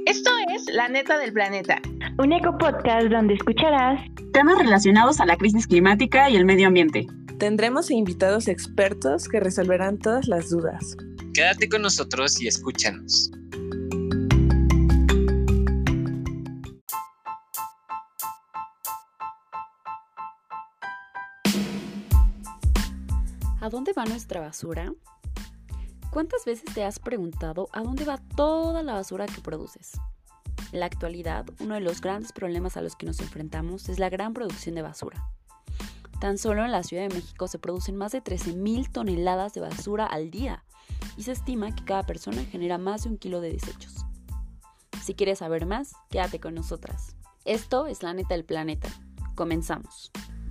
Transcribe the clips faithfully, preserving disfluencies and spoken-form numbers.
Esto es La Neta del Planeta, un eco-podcast donde escucharás temas relacionados a la crisis climática y el medio ambiente. Tendremos invitados expertos que resolverán todas las dudas. Quédate con nosotros y escúchanos. ¿A dónde va nuestra basura? ¿Cuántas veces te has preguntado a dónde va toda la basura que produces? En la actualidad, uno de los grandes problemas a los que nos enfrentamos es la gran producción de basura. Tan solo en la Ciudad de México se producen más de trece mil toneladas de basura al día y se estima que cada persona genera más de un kilo de desechos. Si quieres saber más, quédate con nosotras. Esto es La Neta del Planeta. Comenzamos.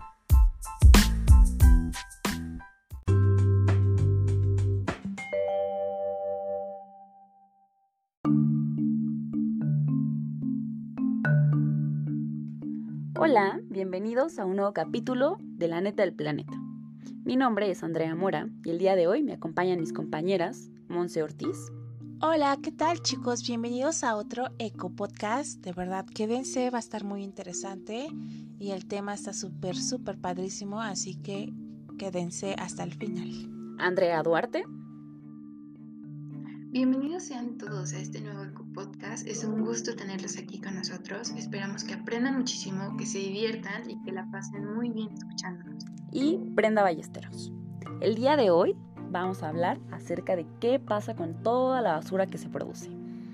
Hola, bienvenidos a un nuevo capítulo de La Neta del Planeta. Mi nombre es Andrea Mora y el día de hoy me acompañan mis compañeras Monse Ortiz. Hola, ¿qué tal chicos? Bienvenidos a otro Eco Podcast. De verdad, quédense, va a estar muy interesante y el tema está súper, súper padrísimo, así que quédense hasta el final. Andrea Duarte. Bienvenidos sean todos a este nuevo Eco Podcast. Es un gusto tenerlos aquí con nosotros. Esperamos que aprendan muchísimo, que se diviertan y que la pasen muy bien escuchándonos. Y Brenda Ballesteros. El día de hoy vamos a hablar acerca de qué pasa con toda la basura que se produce.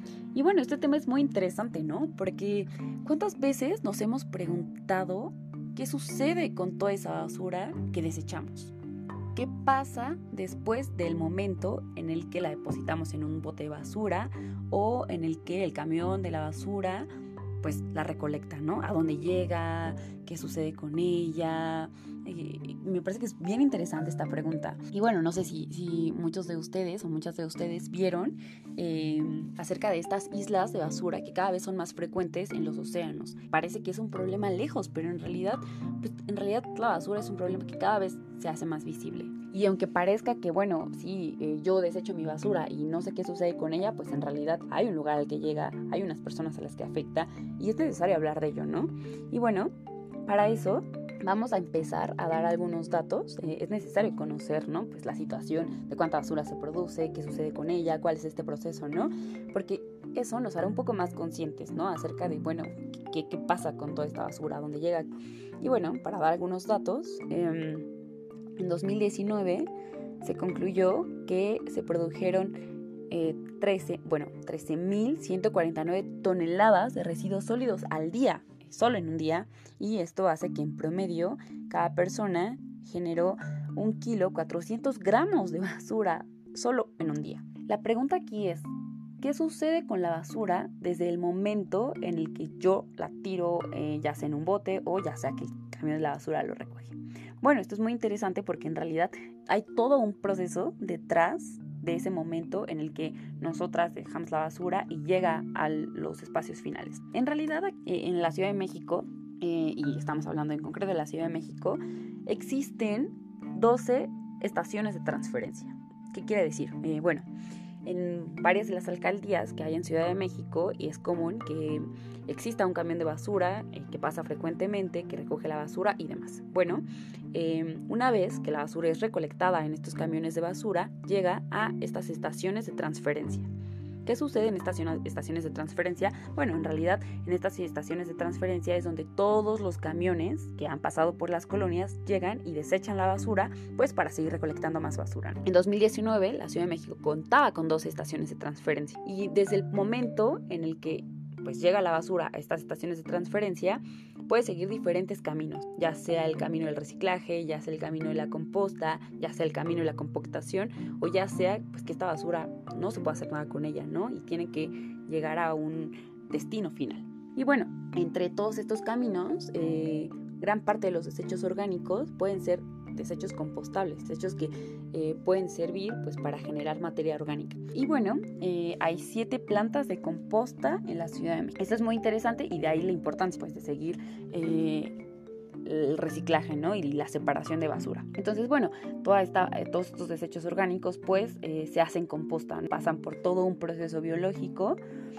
Y bueno, este tema es muy interesante, ¿no? Porque ¿cuántas veces nos hemos preguntado qué sucede con toda esa basura que desechamos? ¿Qué pasa después del momento en el que la depositamos en un bote de basura o en el que el camión de la basura pues la recolecta, ¿no? ¿A dónde llega? ¿Qué sucede con ella? Eh, me parece que es bien interesante esta pregunta. Y bueno, no sé si, si muchos de ustedes o muchas de ustedes vieron eh, acerca de estas islas de basura que cada vez son más frecuentes en los océanos. Parece que es un problema lejos, pero en realidad, pues, en realidad la basura es un problema que cada vez se hace más visible. Y aunque parezca que, bueno, sí, eh, yo desecho mi basura y no sé qué sucede con ella, pues en realidad hay un lugar al que llega, hay unas personas a las que afecta y es necesario hablar de ello, ¿no? Y bueno, para eso vamos a empezar a dar algunos datos. Eh, es necesario conocer, ¿no? Pues la situación de cuánta basura se produce, qué sucede con ella, cuál es este proceso, ¿no? Porque eso nos hará un poco más conscientes, ¿no? Acerca de, bueno, qué, qué pasa con toda esta basura, dónde llega. Y bueno, para dar algunos datos, eh, en dos mil diecinueve se concluyó que se produjeron eh, trece, bueno, trece mil ciento cuarenta y nueve toneladas de residuos sólidos al día, solo en un día, y esto hace que en promedio cada persona generó un kilo cuatrocientos gramos de basura solo en un día. La pregunta aquí es, ¿qué sucede con la basura desde el momento en el que yo la tiro, eh, ya sea en un bote o ya sea que el camión de la basura lo recoge? Bueno, esto es muy interesante porque en realidad hay todo un proceso detrás de ese momento en el que nosotras dejamos la basura y llega a los espacios finales. En realidad, eh, en la Ciudad de México, eh, y estamos hablando en concreto de la Ciudad de México, existen doce estaciones de transferencia. ¿Qué quiere decir? Eh, bueno, en varias de las alcaldías que hay en Ciudad de México es común que exista un camión de basura eh, que pasa frecuentemente, que recoge la basura y demás. Bueno, eh, una vez que la basura es recolectada en estos camiones de basura, llega a estas estaciones de transferencia. ¿Qué sucede en estas estaciones de transferencia? Bueno, en realidad en estas estaciones de transferencia es donde todos los camiones que han pasado por las colonias llegan y desechan la basura, pues para seguir recolectando más basura. En dos mil diecinueve la Ciudad de México contaba con doce estaciones de transferencia y desde el momento en el que pues llega la basura a estas estaciones de transferencia, puede seguir diferentes caminos, ya sea el camino del reciclaje, ya sea el camino de la composta, ya sea el camino de la compactación, o ya sea pues que esta basura no se puede hacer nada con ella, ¿no? Y tiene que llegar a un destino final. Y bueno, entre todos estos caminos, eh, gran parte de los desechos orgánicos pueden ser desechos compostables, desechos que eh, pueden servir pues para generar materia orgánica. Y bueno, eh, hay siete plantas de composta en la Ciudad de México. Esto es muy interesante y de ahí la importancia pues de seguir eh, el reciclaje, ¿no? Y la separación de basura. Entonces, bueno, toda esta, eh, todos estos desechos orgánicos pues eh, se hacen composta, pasan por todo un proceso biológico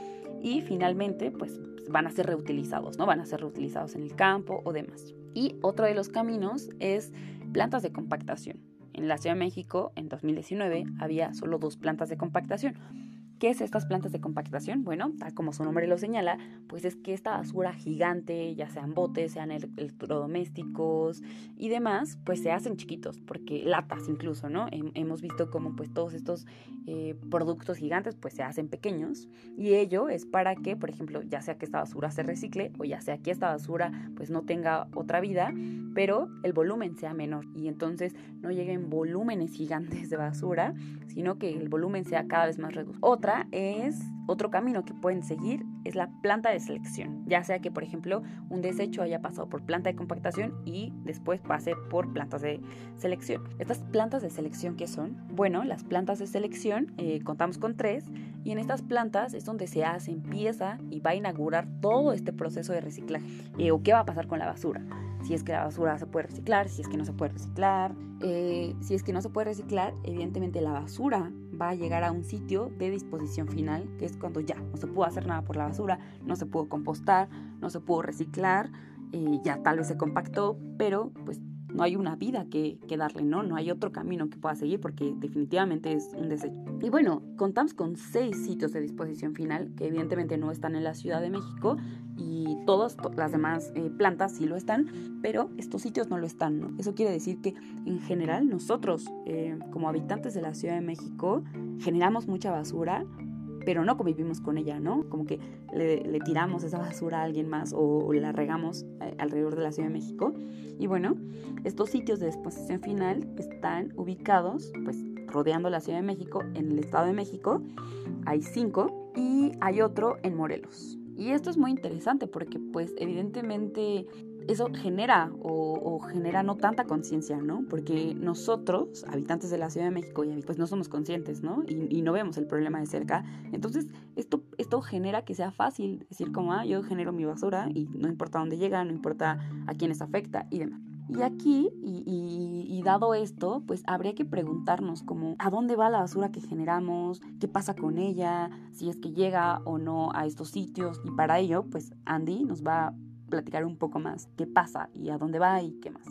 y finalmente pues van a ser reutilizados, ¿no? Van a ser reutilizados en el campo o demás. Y otro de los caminos es plantas de compactación. En la Ciudad de México, en dos mil diecinueve, había solo dos plantas de compactación. ¿Qué es estas plantas de compactación? Bueno, tal como su nombre lo señala, pues es que esta basura gigante, ya sean botes, sean electrodomésticos y demás, pues se hacen chiquitos, porque latas incluso, ¿no? Hemos visto cómo pues todos estos eh, productos gigantes pues se hacen pequeños, y ello es para que, por ejemplo, ya sea que esta basura se recicle o ya sea que esta basura pues no tenga otra vida, pero el volumen sea menor y entonces no lleguen volúmenes gigantes de basura, sino que el volumen sea cada vez más reducido. Otra es, otro camino que pueden seguir es la planta de selección, ya sea que por ejemplo un desecho haya pasado por planta de compactación y después pase por plantas de selección. Estas plantas de selección, ¿qué son? Bueno, las plantas de selección eh, contamos con tres, y en estas plantas es donde se hace, empieza y va a inaugurar todo este proceso de reciclaje. Eh, o qué va a pasar con la basura, si es que la basura se puede reciclar, si es que no se puede reciclar. Eh, si es que no se puede reciclar, evidentemente la basura va a llegar a un sitio de disposición final, que es cuando ya no se pudo hacer nada por la basura, no se pudo compostar, no se pudo reciclar, eh, ya tal vez se compactó, pero pues no hay una vida que, que darle, ¿no? No hay otro camino que pueda seguir porque definitivamente es un desecho. Y bueno, contamos con seis sitios de disposición final que evidentemente no están en la Ciudad de México, y todas las demás eh, plantas sí lo están, pero estos sitios no lo están, ¿no? Eso quiere decir que en general nosotros eh, como habitantes de la Ciudad de México generamos mucha basura, pero no convivimos con ella, ¿no? Como que le, le tiramos esa basura a alguien más o, o la regamos eh, alrededor de la Ciudad de México. Y bueno, estos sitios de disposición final están ubicados pues rodeando la Ciudad de México. En el Estado de México hay cinco y hay otro en Morelos. Y esto es muy interesante porque pues evidentemente eso genera o, o genera no tanta conciencia, ¿no? Porque nosotros, habitantes de la Ciudad de México, pues no somos conscientes, ¿no? Y, y no vemos el problema de cerca. Entonces esto, esto genera que sea fácil decir como, ah, yo genero mi basura y no importa dónde llega, no importa a quiénes afecta y demás. Y aquí, y, y, y dado esto, pues habría que preguntarnos como ¿a dónde va la basura que generamos? ¿Qué pasa con ella? Si es que llega o no a estos sitios. Y para ello, pues Andy nos va a platicar un poco más qué pasa y a dónde va y qué más.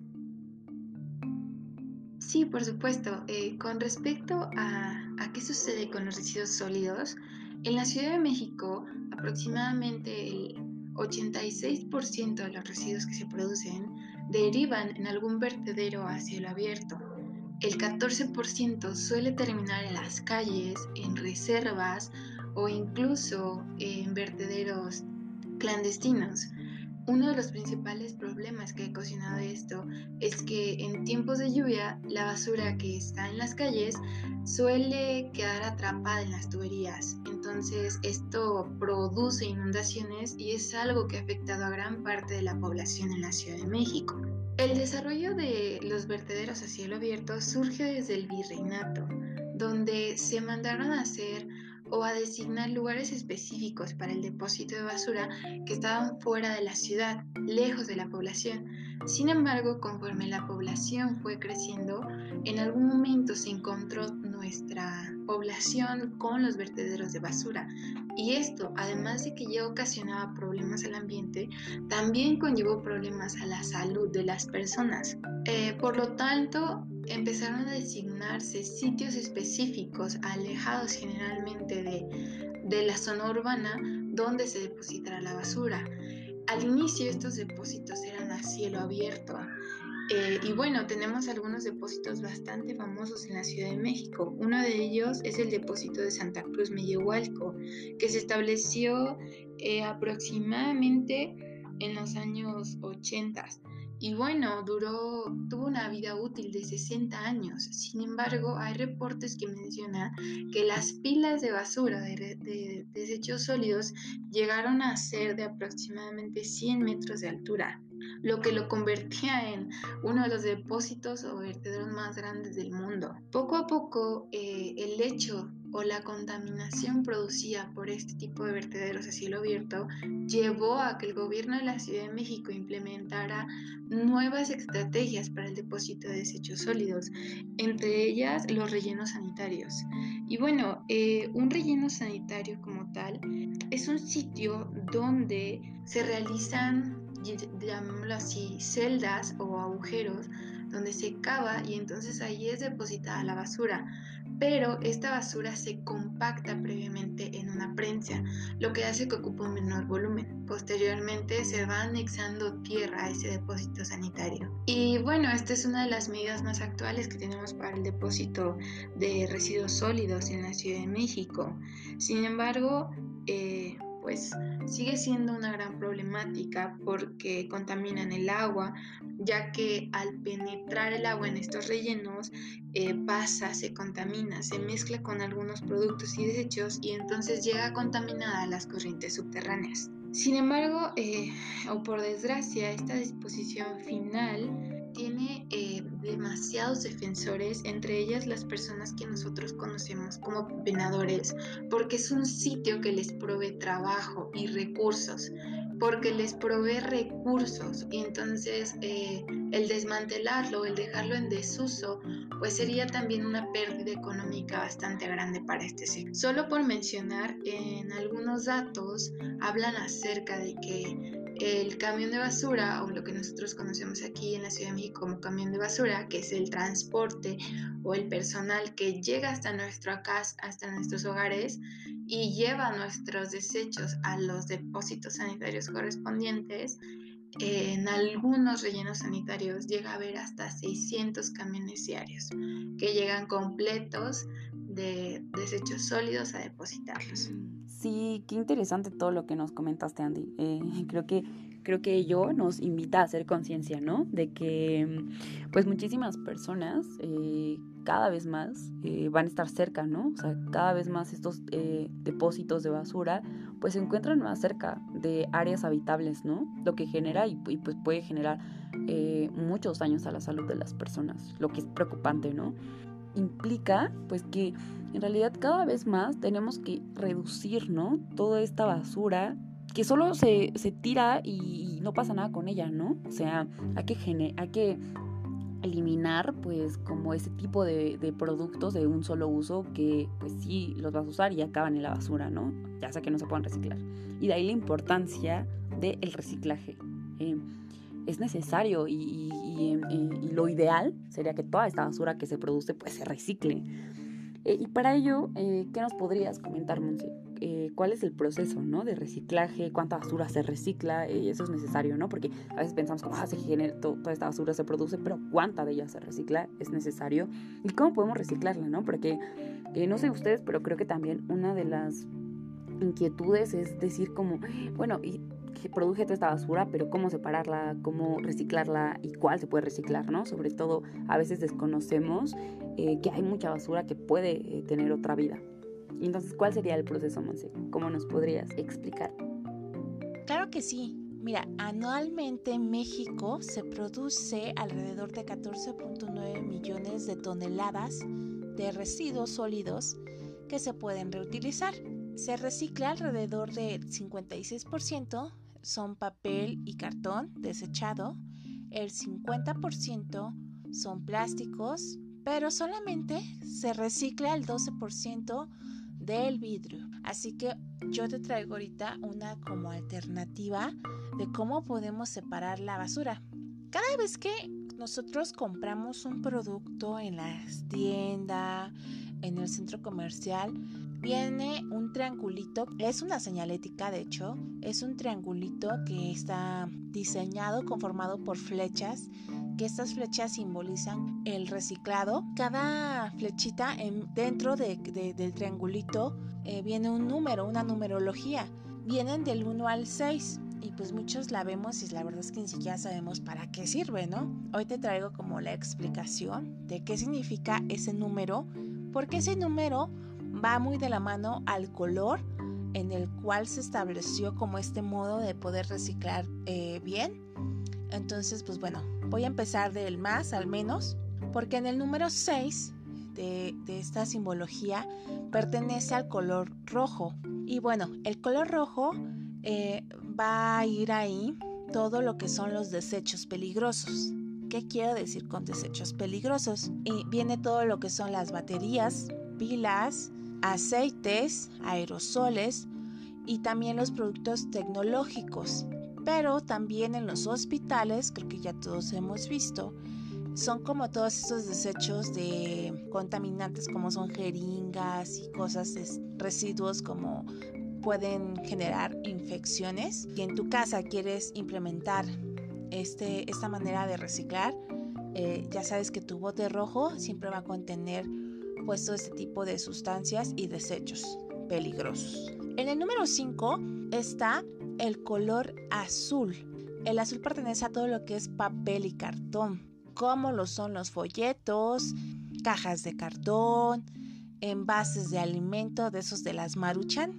Sí, por supuesto. Eh, con respecto a, a qué sucede con los residuos sólidos, en la Ciudad de México aproximadamente el ochenta y seis por ciento de los residuos que se producen derivan en algún vertedero a cielo abierto. El catorce por ciento suele terminar en las calles, en reservas o incluso en vertederos clandestinos. Uno de los principales problemas que ha ocasionado esto es que en tiempos de lluvia la basura que está en las calles suele quedar atrapada en las tuberías. Entonces esto produce inundaciones y es algo que ha afectado a gran parte de la población en la Ciudad de México. El desarrollo de los vertederos a cielo abierto surge desde el virreinato, donde se mandaron a hacer o a designar lugares específicos para el depósito de basura que estaban fuera de la ciudad, lejos de la población. Sin embargo, conforme la población fue creciendo, en algún momento se encontró nuestra población con los vertederos de basura. Y esto, además de que ya ocasionaba problemas al ambiente, también conllevó problemas a la salud de las personas. Eh, por lo tanto, empezaron a designarse sitios específicos, alejados generalmente de, de la zona urbana, donde se depositará la basura. Al inicio estos depósitos eran a cielo abierto. Eh, y bueno, tenemos algunos depósitos bastante famosos en la Ciudad de México. Uno de ellos es el depósito de Santa Cruz Mellehualco, que se estableció eh, aproximadamente en los años ochenta. Y bueno, duró, tuvo una vida útil de sesenta años. Sin embargo, hay reportes que mencionan que las pilas de basura de, de, de desechos sólidos llegaron a ser de aproximadamente cien metros de altura, lo que lo convertía en uno de los depósitos o vertederos más grandes del mundo. Poco a poco, eh, el hecho o la contaminación producida por este tipo de vertederos a cielo abierto llevó a que el gobierno de la Ciudad de México implementara nuevas estrategias para el depósito de desechos sólidos, entre ellas los rellenos sanitarios. Y bueno, eh, un relleno sanitario como tal es un sitio donde se realizan, llamémoslo así, celdas o agujeros donde se cava y entonces ahí es depositada la basura. Pero esta basura se compacta previamente en una prensa, lo que hace que ocupe un menor volumen. Posteriormente se va anexando tierra a ese depósito sanitario. Y bueno, esta es una de las medidas más actuales que tenemos para el depósito de residuos sólidos en la Ciudad de México. Sin embargo, eh, pues sigue siendo una gran problemática porque contaminan el agua, ya que al penetrar el agua en estos rellenos eh, pasa, se contamina, se mezcla con algunos productos y desechos y entonces llega contaminada a las corrientes subterráneas. Sin embargo, eh, o por desgracia, esta disposición final tiene eh, demasiados defensores, entre ellas las personas que nosotros conocemos como penadores, porque es un sitio que les provee trabajo y recursos, porque les provee recursos y entonces eh, el desmantelarlo, el dejarlo en desuso, pues sería también una pérdida económica bastante grande para este sector. Solo por mencionar, en algunos datos hablan acerca de que el camión de basura, o lo que nosotros conocemos aquí en la Ciudad de México como camión de basura, que es el transporte o el personal que llega hasta nuestra casa, hasta nuestros hogares y lleva nuestros desechos a los depósitos sanitarios correspondientes, en algunos rellenos sanitarios llega a haber hasta seiscientos camiones diarios que llegan completos de desechos sólidos a depositarlos. Sí, qué interesante todo lo que nos comentaste, Andy. Eh, creo que creo que ello nos invita a hacer conciencia, ¿no? De que pues muchísimas personas eh, cada vez más eh, van a estar cerca, ¿no? O sea, cada vez más estos eh, depósitos de basura pues se encuentran más cerca de áreas habitables, ¿no? Lo que genera y, y pues puede generar eh, muchos daños a la salud de las personas, lo que es preocupante, ¿no? Implica pues que en realidad cada vez más tenemos que reducir, ¿no? Toda esta basura que solo se, se tira y no pasa nada con ella, ¿no? O sea, hay que, gener- hay que eliminar pues como ese tipo de, de productos de un solo uso que pues sí los vas a usar y acaban en la basura, ¿no? Ya sea que no se puedan reciclar. Y de ahí la importancia del reciclaje. Eh, es necesario y, y, y, y, y lo ideal sería que toda esta basura que se produce pues se recicle. Eh, y para ello, eh, ¿qué nos podrías comentar, Monse? Eh, ¿Cuál es el proceso, ¿no? de reciclaje? ¿Cuánta basura se recicla? Eh, eso es necesario, ¿no? Porque a veces pensamos como, ah, se genera, to- toda esta basura se produce, pero ¿cuánta de ella se recicla? Es necesario. ¿Y cómo podemos reciclarla, no? Porque, eh, no sé ustedes, pero creo que también una de las inquietudes es decir como, bueno, y que produje toda esta basura, pero cómo separarla, cómo reciclarla y cuál se puede reciclar, ¿no? Sobre todo, a veces desconocemos eh, que hay mucha basura que puede eh, tener otra vida. Y entonces, ¿cuál sería el proceso, Monse? ¿Cómo nos podrías explicar? Claro que sí. Mira, anualmente en México se produce alrededor de catorce punto nueve millones de toneladas de residuos sólidos que se pueden reutilizar. Se recicla alrededor del cincuenta y seis por ciento, son papel y cartón desechado, el cincuenta por ciento son plásticos, pero solamente se recicla el doce por ciento del vidrio. Así que yo te traigo ahorita una como alternativa de cómo podemos separar la basura. Cada vez que nosotros compramos un producto en la tienda, en el centro comercial, viene un triangulito, es una señalética de hecho, es un triangulito que está diseñado, conformado por flechas, que estas flechas simbolizan el reciclado. Cada flechita en, dentro de, de, del triangulito eh, viene un número, una numerología, vienen del uno al seis. Y pues muchos la vemos y la verdad es que ni siquiera sabemos para qué sirve, ¿no? Hoy te traigo como la explicación de qué significa ese número, porque ese número va muy de la mano al color en el cual se estableció como este modo de poder reciclar eh, bien. Entonces, pues bueno, voy a empezar del más al menos, porque en el número seis de, de esta simbología pertenece al color rojo. Y bueno, el color rojo eh, va a ir ahí todo lo que son los desechos peligrosos. ¿Qué quiero decir con desechos peligrosos? Y viene todo lo que son las baterías, pilas, aceites, aerosoles y también los productos tecnológicos. Pero también en los hospitales, creo que ya todos hemos visto, son como todos esos desechos de contaminantes como son jeringas y cosas, residuos como pueden generar infecciones. Si en tu casa quieres implementar este, esta manera de reciclar, eh, ya sabes que tu bote rojo siempre va a contener pues todo este tipo de sustancias y desechos peligrosos. En el número cinco está el color azul. El azul pertenece a todo lo que es papel y cartón, como lo son los folletos, cajas de cartón, envases de alimento, de esos de las Maruchan.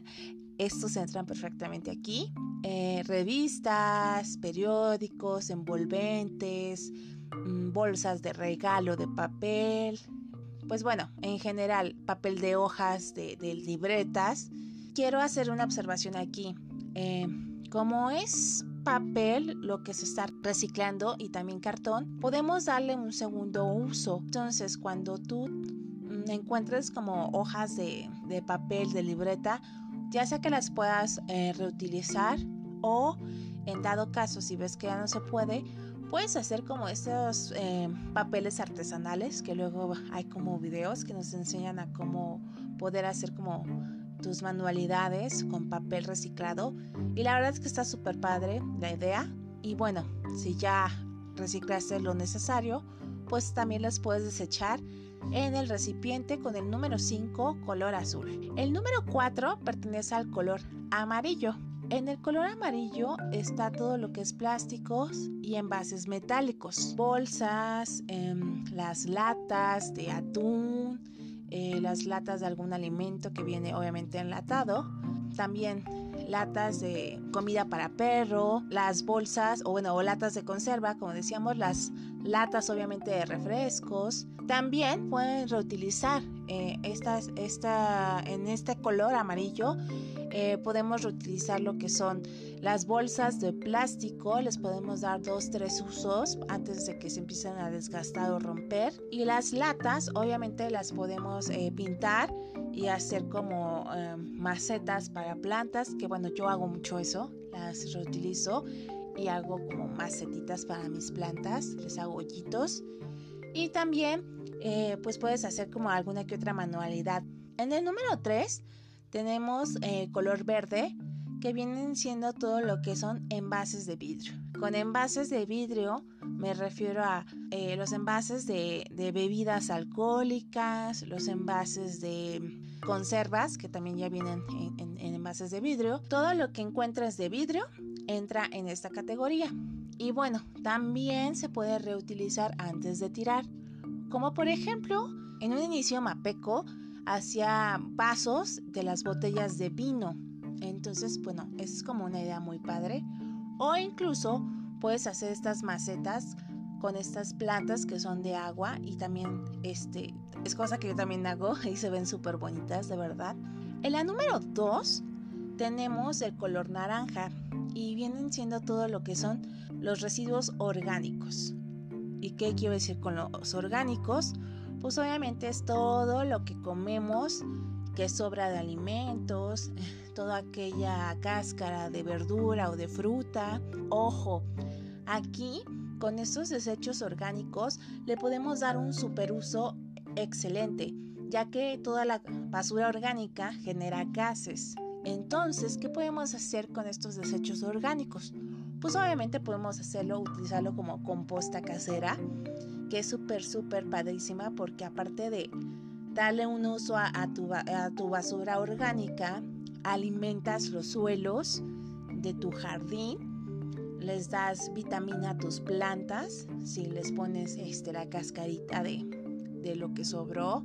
Estos entran perfectamente aquí. Eh, revistas, periódicos, envolventes, mmm, bolsas de regalo de papel. Pues bueno, en general, papel de hojas, de, de libretas. Quiero hacer una observación aquí. Eh, como es papel lo que se está reciclando y también cartón, podemos darle un segundo uso. Entonces, cuando tú encuentres como hojas de, de papel, de libreta, ya sea que las puedas eh, reutilizar o en dado caso, si ves que ya no se puede, puedes hacer como estos eh, papeles artesanales, que luego hay como videos que nos enseñan a cómo poder hacer como tus manualidades con papel reciclado, y la verdad es que está súper padre la idea. Y bueno, si ya reciclaste lo necesario, pues también las puedes desechar en el recipiente con el número cinco, color azul. El número cuatro pertenece al color amarillo. En el color amarillo está todo lo que es plásticos y envases metálicos, bolsas, eh, las latas de atún, eh, las latas de algún alimento que viene obviamente enlatado, también latas de comida para perro, las bolsas o bueno o latas de conserva, como decíamos, las latas obviamente de refrescos. También pueden reutilizar eh, estas, esta, en este color amarillo. Eh, podemos reutilizar lo que son las bolsas de plástico, les podemos dar dos, tres usos antes de que se empiecen a desgastar o romper. Y las latas obviamente las podemos eh, pintar y hacer como eh, macetas para plantas, que bueno, yo hago mucho eso, las reutilizo y hago como macetitas para mis plantas, les hago hoyitos. Y también eh, pues puedes hacer como alguna que otra manualidad. En el número tres tenemos eh, color verde, que vienen siendo todo lo que son envases de vidrio. Con envases de vidrio me refiero a eh, los envases de, de bebidas alcohólicas, los envases de conservas, que también ya vienen en, en, en envases de vidrio. Todo lo que encuentres de vidrio entra en esta categoría. Y bueno, también se puede reutilizar antes de tirar. Como por ejemplo, en un inicio Mapeco hacía vasos de las botellas de vino. Entonces, bueno, es como una idea muy padre. O incluso puedes hacer estas macetas con estas plantas que son de agua, y también este, es cosa que yo también hago y se ven súper bonitas, de verdad. En la número dos tenemos el color naranja y vienen siendo todo lo que son los residuos orgánicos. ¿Y qué quiero decir con los orgánicos? Pues obviamente es todo lo que comemos que sobra de alimentos, toda aquella cáscara de verdura o de fruta. Ojo, aquí con estos desechos orgánicos le podemos dar un superuso excelente, ya que toda la basura orgánica genera gases. Entonces, ¿qué podemos hacer con estos desechos orgánicos? Pues obviamente podemos hacerlo, utilizarlo como composta casera, que es súper, súper padrísima, porque aparte de darle un uso a, a, tu, a tu basura orgánica, alimentas los suelos de tu jardín, les das vitamina a tus plantas, si les pones este, la cascarita de, de lo que sobró,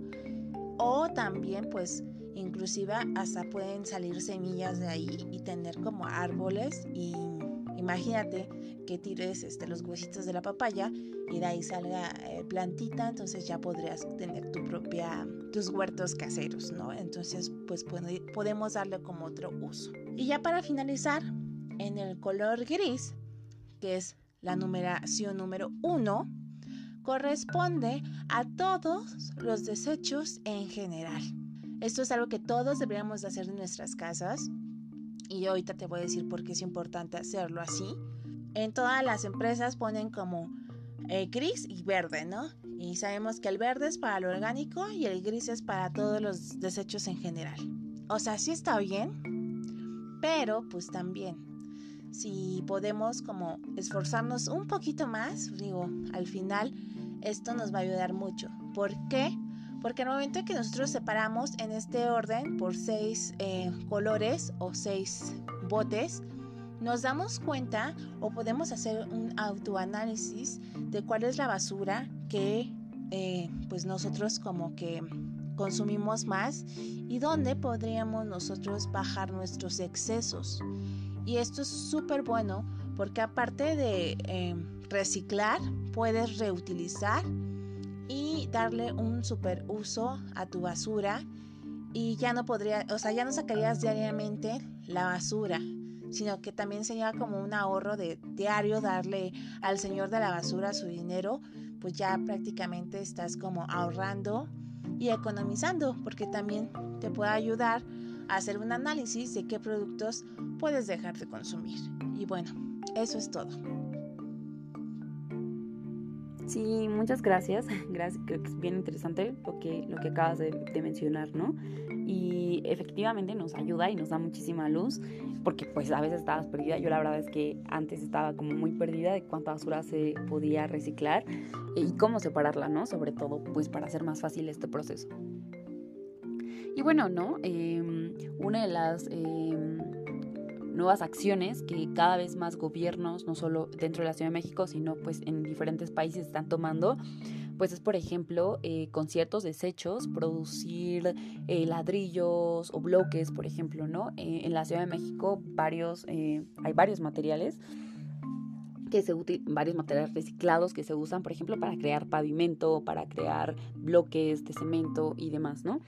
o también pues inclusive hasta pueden salir semillas de ahí y tener como árboles. Y imagínate que tires este, los huesitos de la papaya y de ahí salga eh, plantita, entonces ya podrías tener tu propia, tus huertos caseros, ¿no? Entonces pues puede, podemos darle como otro uso. Y ya para finalizar, en el color gris, que es la numeración número uno, corresponde a todos los desechos en general. Esto es algo que todos deberíamos de hacer en nuestras casas y ahorita te voy a decir por qué es importante hacerlo así. En todas las empresas ponen como eh, gris y verde, ¿no? Y sabemos que el verde es para lo orgánico y el gris es para todos los desechos en general. O sea, sí está bien, pero pues también si podemos como esforzarnos un poquito más, digo, al final esto nos va a ayudar mucho. ¿Por qué? Porque al momento que nosotros separamos en este orden por seis eh, colores o seis botes, nos damos cuenta o podemos hacer un autoanálisis de cuál es la basura que eh, pues nosotros como que consumimos más y dónde podríamos nosotros bajar nuestros excesos. Y esto es súper bueno porque aparte de eh, reciclar, puedes reutilizar y darle un súper uso a tu basura y ya no podría, o sea, ya no sacarías diariamente la basura, sino que también sería como un ahorro de diario darle al señor de la basura su dinero, pues ya prácticamente estás como ahorrando y economizando, porque también te puede ayudar a hacer un análisis de qué productos puedes dejar de consumir. Y bueno, eso es todo. Sí, muchas gracias. Gracias, creo que es bien interesante lo que, lo que acabas de, de mencionar, ¿no? Y efectivamente nos ayuda y nos da muchísima luz, porque pues a veces estabas perdida. Yo la verdad es que antes estaba como muy perdida de cuánta basura se podía reciclar y cómo separarla, ¿no? Sobre todo pues para hacer más fácil este proceso. Y bueno, ¿no? Eh, una de las eh, nuevas acciones que cada vez más gobiernos, no solo dentro de la Ciudad de México, sino pues en diferentes países están tomando, pues es, por ejemplo, eh, con ciertos desechos, producir eh, ladrillos o bloques, por ejemplo, ¿no? Eh, en la Ciudad de México varios, eh, hay varios materiales que se util- varios materiales reciclados que se usan, por ejemplo, para crear pavimento, para crear bloques de cemento y demás, ¿no?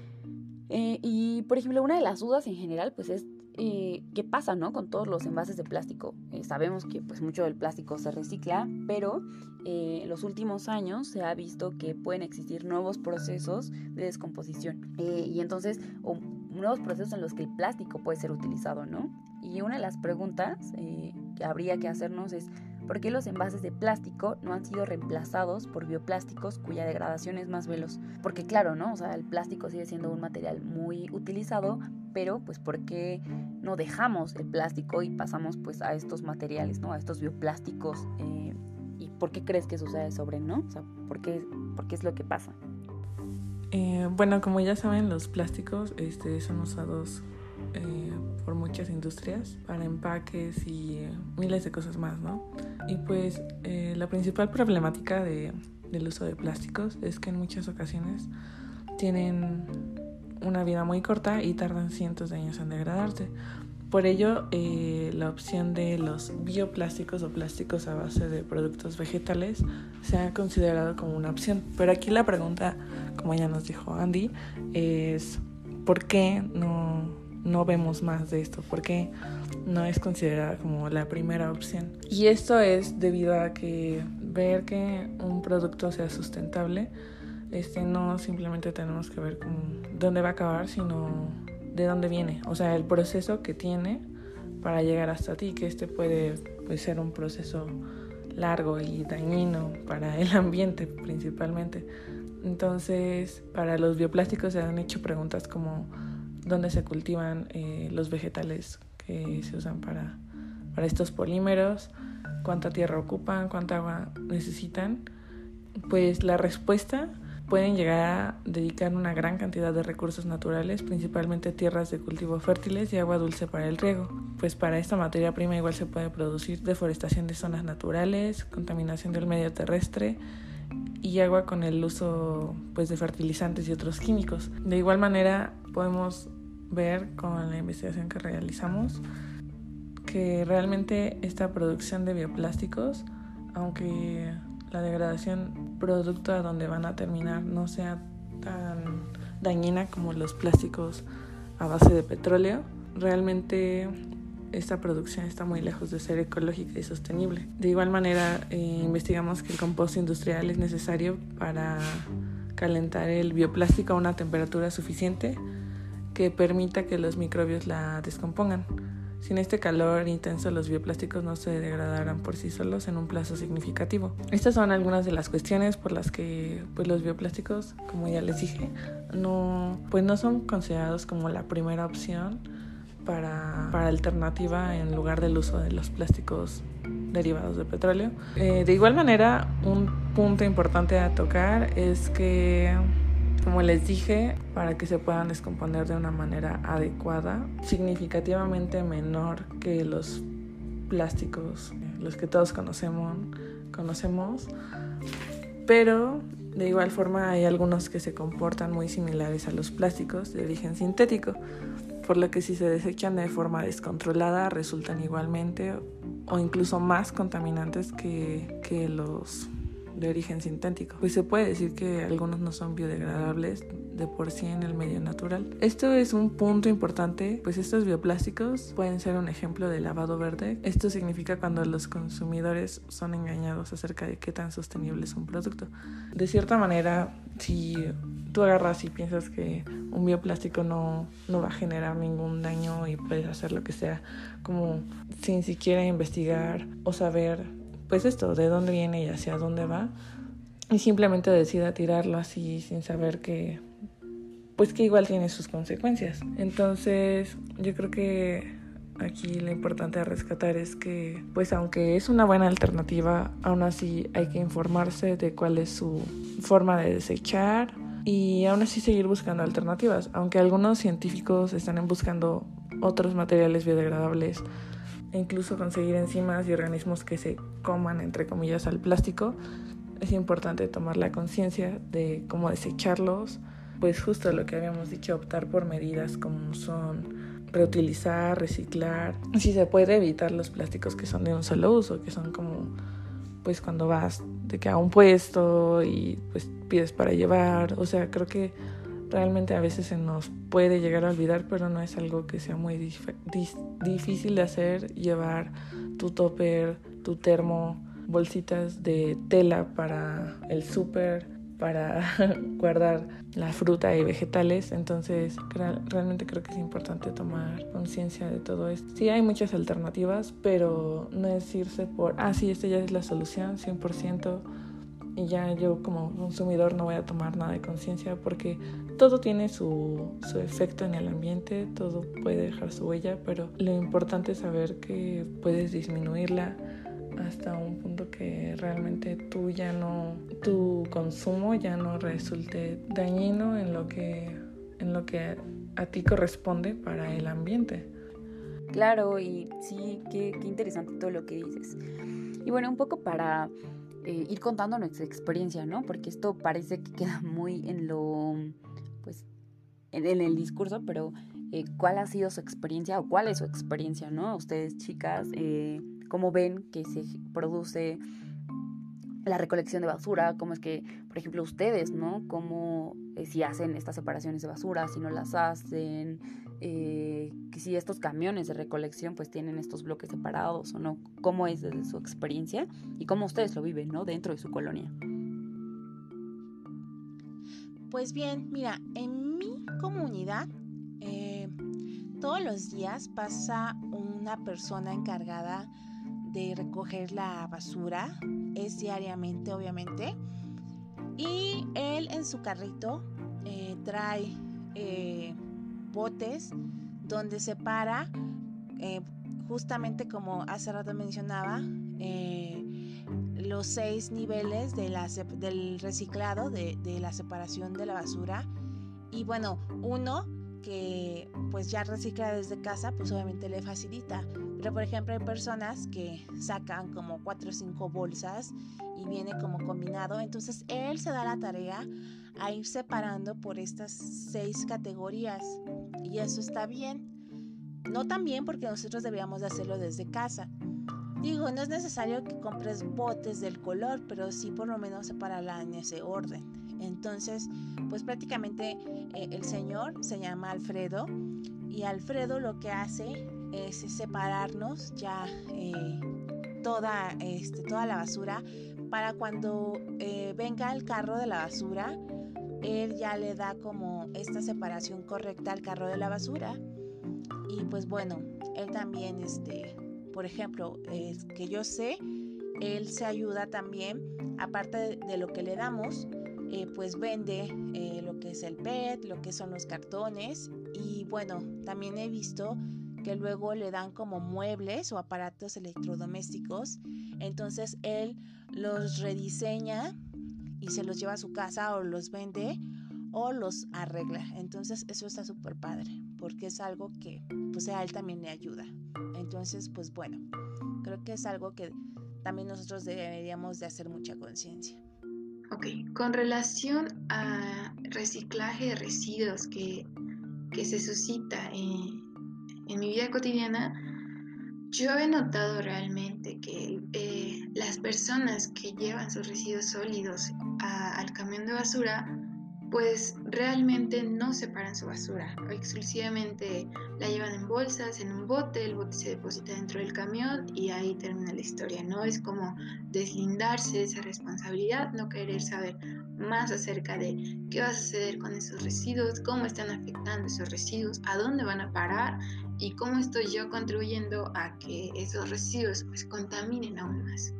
Eh, y, por ejemplo, una de las dudas en general, pues es eh, ¿qué pasa, no? Con todos los envases de plástico. Eh, sabemos que pues mucho del plástico se recicla, pero eh, en los últimos años se ha visto que pueden existir nuevos procesos de descomposición eh, y entonces o nuevos procesos en los que el plástico puede ser utilizado, ¿no? Y una de las preguntas eh, que habría que hacernos es ¿por qué los envases de plástico no han sido reemplazados por bioplásticos cuya degradación es más veloz? Porque claro, ¿no? O sea, el plástico sigue siendo un material muy utilizado, pero pues ¿por qué no dejamos el plástico y pasamos pues a estos materiales, ¿no? A estos bioplásticos. Eh, ¿Y por qué crees que sucede sobre, no? O sea, ¿por qué, por qué es lo que pasa? Eh, bueno, como ya saben, los plásticos este, son usados eh, por muchas industrias para empaques y eh, miles de cosas más, ¿no? Y pues eh, la principal problemática de, del uso de plásticos es que en muchas ocasiones tienen una vida muy corta y tardan cientos de años en degradarse. Por ello, eh, la opción de los bioplásticos o plásticos a base de productos vegetales se ha considerado como una opción. Pero aquí la pregunta, como ya nos dijo Andy, es ¿por qué no, no vemos más de esto? ¿Por qué no es considerada como la primera opción? Y esto es debido a que ver que un producto sea sustentable, este, no simplemente tenemos que ver con dónde va a acabar, sino de dónde viene, o sea, el proceso que tiene para llegar hasta ti, que este puede pues, ser un proceso largo y dañino para el ambiente principalmente. Entonces, para los bioplásticos se han hecho preguntas como dónde se cultivan eh, los vegetales que se usan para, para estos polímeros, cuánta tierra ocupan, cuánta agua necesitan. Pues la respuesta: pueden llegar a dedicar una gran cantidad de recursos naturales, principalmente tierras de cultivo fértiles y agua dulce para el riego. Pues para esta materia prima igual se puede producir deforestación de zonas naturales, contaminación del medio terrestre y agua con el uso pues, de fertilizantes y otros químicos. De igual manera podemos ver con la investigación que realizamos que realmente esta producción de bioplásticos, aunque la degradación producto a donde van a terminar no sea tan dañina como los plásticos a base de petróleo, realmente esta producción está muy lejos de ser ecológica y sostenible. De igual manera, eh, investigamos que el compost industrial es necesario para calentar el bioplástico a una temperatura suficiente que permita que los microbios la descompongan. Sin este calor intenso, los bioplásticos no se degradarán por sí solos en un plazo significativo. Estas son algunas de las cuestiones por las que pues, los bioplásticos, como ya les dije, no, pues, no son considerados como la primera opción para, para alternativa en lugar del uso de los plásticos derivados de petróleo. Eh, de igual manera, un punto importante a tocar es que, como les dije, para que se puedan descomponer de una manera adecuada, significativamente menor que los plásticos, los que todos conocemos, conocemos, pero de igual forma hay algunos que se comportan muy similares a los plásticos de origen sintético, por lo que si se desechan de forma descontrolada resultan igualmente o incluso más contaminantes que, que los de origen sintético. Pues se puede decir que algunos no son biodegradables de por sí en el medio natural. Esto es un punto importante, pues estos bioplásticos pueden ser un ejemplo de lavado verde. Esto significa cuando los consumidores son engañados acerca de qué tan sostenible es un producto. De cierta manera, si tú agarras y piensas que un bioplástico no, no va a generar ningún daño y puedes hacer lo que sea, como sin siquiera investigar o saber pues esto, de dónde viene y hacia dónde va, y simplemente decida tirarlo así sin saber que pues que igual tiene sus consecuencias. Entonces yo creo que aquí lo importante a rescatar es que pues aunque es una buena alternativa, aún así hay que informarse de cuál es su forma de desechar y aún así seguir buscando alternativas, aunque algunos científicos están buscando otros materiales biodegradables e incluso conseguir enzimas y organismos que se coman, entre comillas, al plástico. Es importante tomar la conciencia de cómo desecharlos, pues justo lo que habíamos dicho, optar por medidas como son reutilizar, reciclar. Si se puede, evitar los plásticos que son de un solo uso, que son como pues cuando vas de que a un puesto y pues pides para llevar. O sea, creo que realmente a veces se nos puede llegar a olvidar, pero no es algo que sea muy dif- dis- difícil de hacer, llevar tu tupper, tu termo, bolsitas de tela para el súper, para guardar la fruta y vegetales. Entonces real- realmente creo que es importante tomar conciencia de todo esto. Sí hay muchas alternativas, pero no es irse por, ah sí, esta ya es la solución, cien por ciento, y ya yo como consumidor no voy a tomar nada de conciencia, porque todo tiene su, su efecto en el ambiente, todo puede dejar su huella, pero lo importante es saber que puedes disminuirla hasta un punto que realmente tú ya no, tu consumo ya no resulte dañino en lo que, en lo que a ti corresponde para el ambiente. Claro, y sí, qué, qué interesante todo lo que dices. Y bueno, un poco para eh, ir contando nuestra experiencia, ¿no? Porque esto parece que queda muy en lo, pues, en, en el discurso, pero eh, ¿cuál ha sido su experiencia o cuál es su experiencia, ¿no? Ustedes, chicas, eh, ¿cómo ven que se produce la recolección de basura? ¿Cómo es que, por ejemplo, ustedes, ¿no? ¿Cómo, eh, si hacen estas separaciones de basura, si no las hacen? Eh, que si estos camiones de recolección pues tienen estos bloques separados o no. ¿Cómo es desde su experiencia? Y cómo ustedes lo viven, ¿no? Dentro de su colonia. Pues bien, mira, en mi comunidad eh, todos los días pasa una persona encargada de recoger la basura. Es diariamente, obviamente, y él en su carrito eh, trae eh, botes donde separa eh, justamente como hace rato mencionaba eh, los seis niveles de la, del reciclado, de, de la separación de la basura. Y bueno, uno que pues ya recicla desde casa, pues obviamente le facilita. Pero por ejemplo hay personas que sacan como cuatro o cinco bolsas y viene como combinado. Entonces él se da la tarea a ir separando por estas seis categorías. Y eso está bien. No tan bien porque nosotros deberíamos de hacerlo desde casa. Digo, no es necesario que compres botes del color, pero sí por lo menos separarla en ese orden. Entonces, pues prácticamente eh, el señor se llama Alfredo, y Alfredo lo que hace es separarnos ya eh, toda, este, toda la basura para cuando eh, venga el carro de la basura, él ya le da como esta separación correcta al carro de la basura. Y pues bueno, él también, este, por ejemplo, eh, que yo sé, él se ayuda también, aparte de, de lo que le damos, eh, pues vende eh, lo que es el P E T, lo que son los cartones. Y bueno, también he visto que luego le dan como muebles o aparatos electrodomésticos. Entonces él los rediseña y se los lleva a su casa o los vende o los arregla. Entonces eso está súper padre porque es algo que pues a él también le ayuda. Entonces pues bueno, creo que es algo que también nosotros deberíamos de hacer mucha conciencia. Ok, con relación a reciclaje de residuos que, que se suscita en, en mi vida cotidiana, yo he notado realmente que eh, las personas que llevan sus residuos sólidos a, al camión de basura, pues realmente no separan su basura, exclusivamente la llevan en bolsas, en un bote, el bote se deposita dentro del camión y ahí termina la historia, ¿no? Es como deslindarse de esa responsabilidad, no querer saber más acerca de qué va a suceder con esos residuos, cómo están afectando esos residuos, a dónde van a parar y cómo estoy yo contribuyendo a que esos residuos pues contaminen aún más.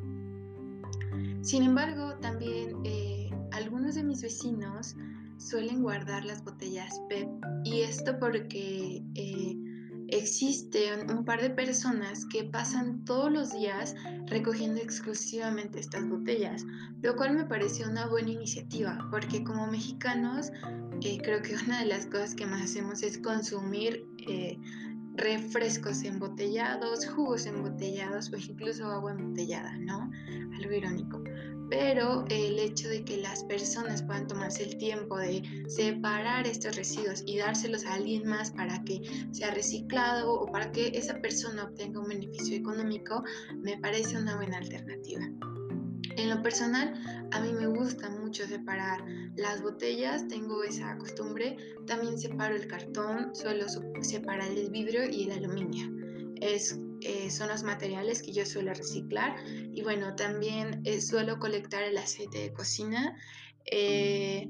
Sin embargo, también eh, algunos de mis vecinos suelen guardar las botellas P E T y esto porque eh, existen un par de personas que pasan todos los días recogiendo exclusivamente estas botellas, lo cual me parece una buena iniciativa porque como mexicanos eh, creo que una de las cosas que más hacemos es consumir eh, refrescos embotellados, jugos embotellados o incluso agua embotellada, ¿no? Algo irónico. Pero el hecho de que las personas puedan tomarse el tiempo de separar estos residuos y dárselos a alguien más para que sea reciclado o para que esa persona obtenga un beneficio económico, me parece una buena alternativa. En lo personal, a mí me gusta mucho separar las botellas, tengo esa costumbre. También separo el cartón, suelo separar el vidrio y el aluminio. Es, eh, son los materiales que yo suelo reciclar. Y bueno, también eh, suelo colectar el aceite de cocina. Eh,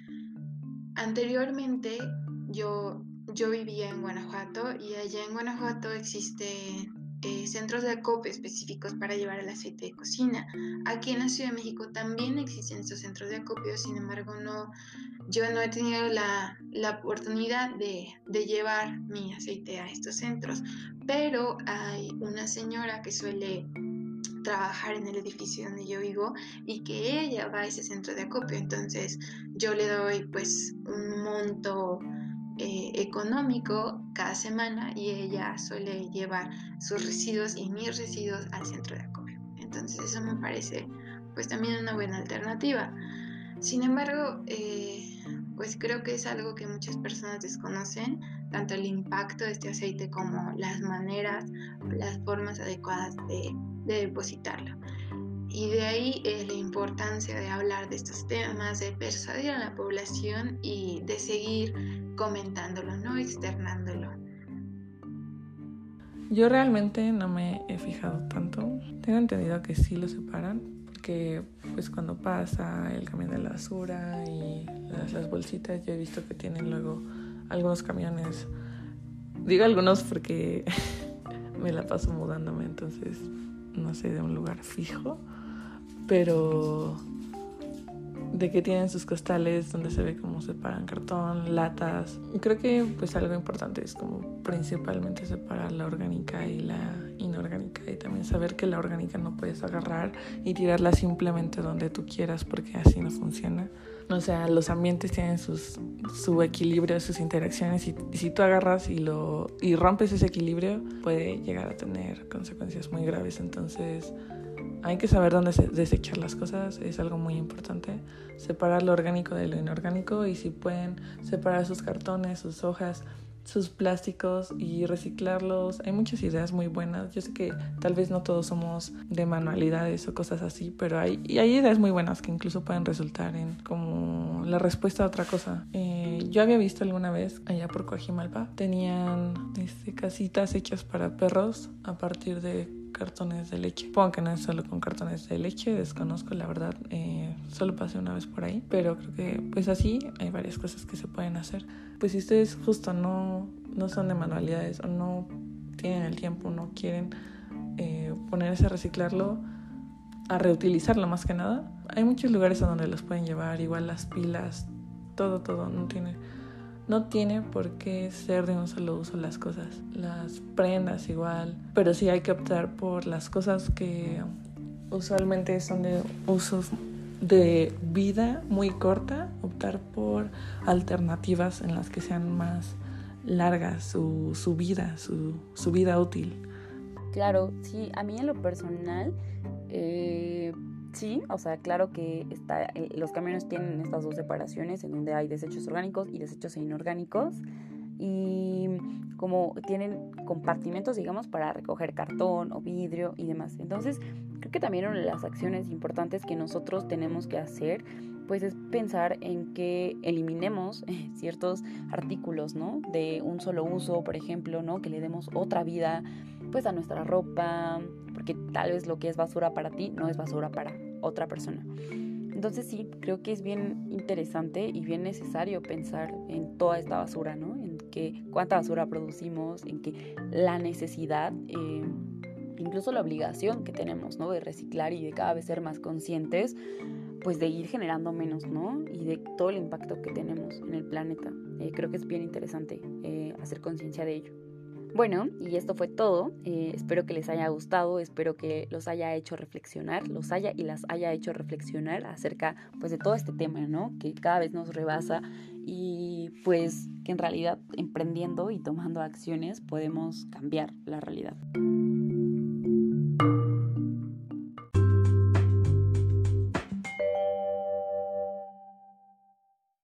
anteriormente yo, yo vivía en Guanajuato y allá en Guanajuato existe... Eh, centros de acopio específicos para llevar el aceite de cocina. Aquí en la Ciudad de México también existen estos centros de acopio, sin embargo no, yo no he tenido la, la oportunidad de, de llevar mi aceite a estos centros, pero hay una señora que suele trabajar en el edificio donde yo vivo y que ella va a ese centro de acopio, entonces yo le doy pues un monto Eh, económico cada semana y ella suele llevar sus residuos y mis residuos al centro de acopio. Entonces eso me parece pues también una buena alternativa. Sin embargo, eh, pues creo que es algo que muchas personas desconocen, tanto el impacto de este aceite como las maneras, las formas adecuadas de, de depositarlo. Y de ahí eh, la importancia de hablar de estos temas, de persuadir a la población y de seguir comentándolo, no externándolo. Yo realmente no me he fijado tanto. Tengo entendido que sí lo separan, porque pues cuando pasa el camión de la basura y las, las bolsitas, yo he visto que tienen luego algunos camiones. Digo algunos porque me la paso mudándome, entonces no sé de un lugar fijo. Pero de que tienen sus costales donde se ve cómo separan cartón, latas. Y creo que pues algo importante es como principalmente separar la orgánica y la inorgánica y también saber que la orgánica no puedes agarrar y tirarla simplemente donde tú quieras porque así no funciona. O sea, los ambientes tienen sus, su equilibrio, sus interacciones y, y si tú agarras y, lo, y rompes ese equilibrio puede llegar a tener consecuencias muy graves. Entonces hay que saber dónde desechar las cosas, es algo muy importante. Separar lo orgánico de lo inorgánico y si pueden separar sus cartones, sus hojas sus plásticos y reciclarlos. Hay muchas ideas muy buenas. Yo sé que tal vez no todos somos de manualidades o cosas así, pero hay, y hay ideas muy buenas que incluso pueden resultar en como la respuesta a otra cosa. Eh, yo había visto alguna vez allá por Coajimalpa, tenían este, casitas hechas para perros a partir de cartones de leche. Supongo que no es solo con cartones de leche, desconozco la verdad, eh, solo pasé una vez por ahí, pero creo que pues así hay varias cosas que se pueden hacer. Pues si ustedes justo no, no son de manualidades o no tienen el tiempo, no quieren eh, ponerse a reciclarlo, a reutilizarlo más que nada, hay muchos lugares a donde los pueden llevar, igual las pilas, todo, todo, no tiene... No tiene por qué ser de un solo uso las cosas, las prendas igual, pero sí hay que optar por las cosas que usualmente son de usos de vida muy corta, optar por alternativas en las que sean más largas su, su vida, su, su vida útil. Claro, sí, a mí en lo personal... Eh... Sí, o sea, claro que está, eh, los camiones tienen estas dos separaciones en donde hay desechos orgánicos y desechos inorgánicos y como tienen compartimentos, digamos, para recoger cartón o vidrio y demás. Entonces, creo que también una de las acciones importantes que nosotros tenemos que hacer pues es pensar en que eliminemos eh, ciertos artículos, ¿no? De un solo uso, por ejemplo, ¿no? Que le demos otra vida pues a nuestra ropa, porque tal vez lo que es basura para ti no es basura para otra persona. Entonces sí, creo que es bien interesante y bien necesario pensar en toda esta basura, ¿no? En que cuánta basura producimos, en que la necesidad, eh, incluso la obligación que tenemos, ¿no? De reciclar y de cada vez ser más conscientes, pues de ir generando menos, ¿no? Y de todo el impacto que tenemos en el planeta. Eh, creo que es bien interesante eh, hacer conciencia de ello. Bueno, y esto fue todo. Eh, espero que les haya gustado, espero que los haya hecho reflexionar, los haya y las haya hecho reflexionar acerca pues de todo este tema, ¿no? Que cada vez nos rebasa y pues que en realidad emprendiendo y tomando acciones podemos cambiar la realidad.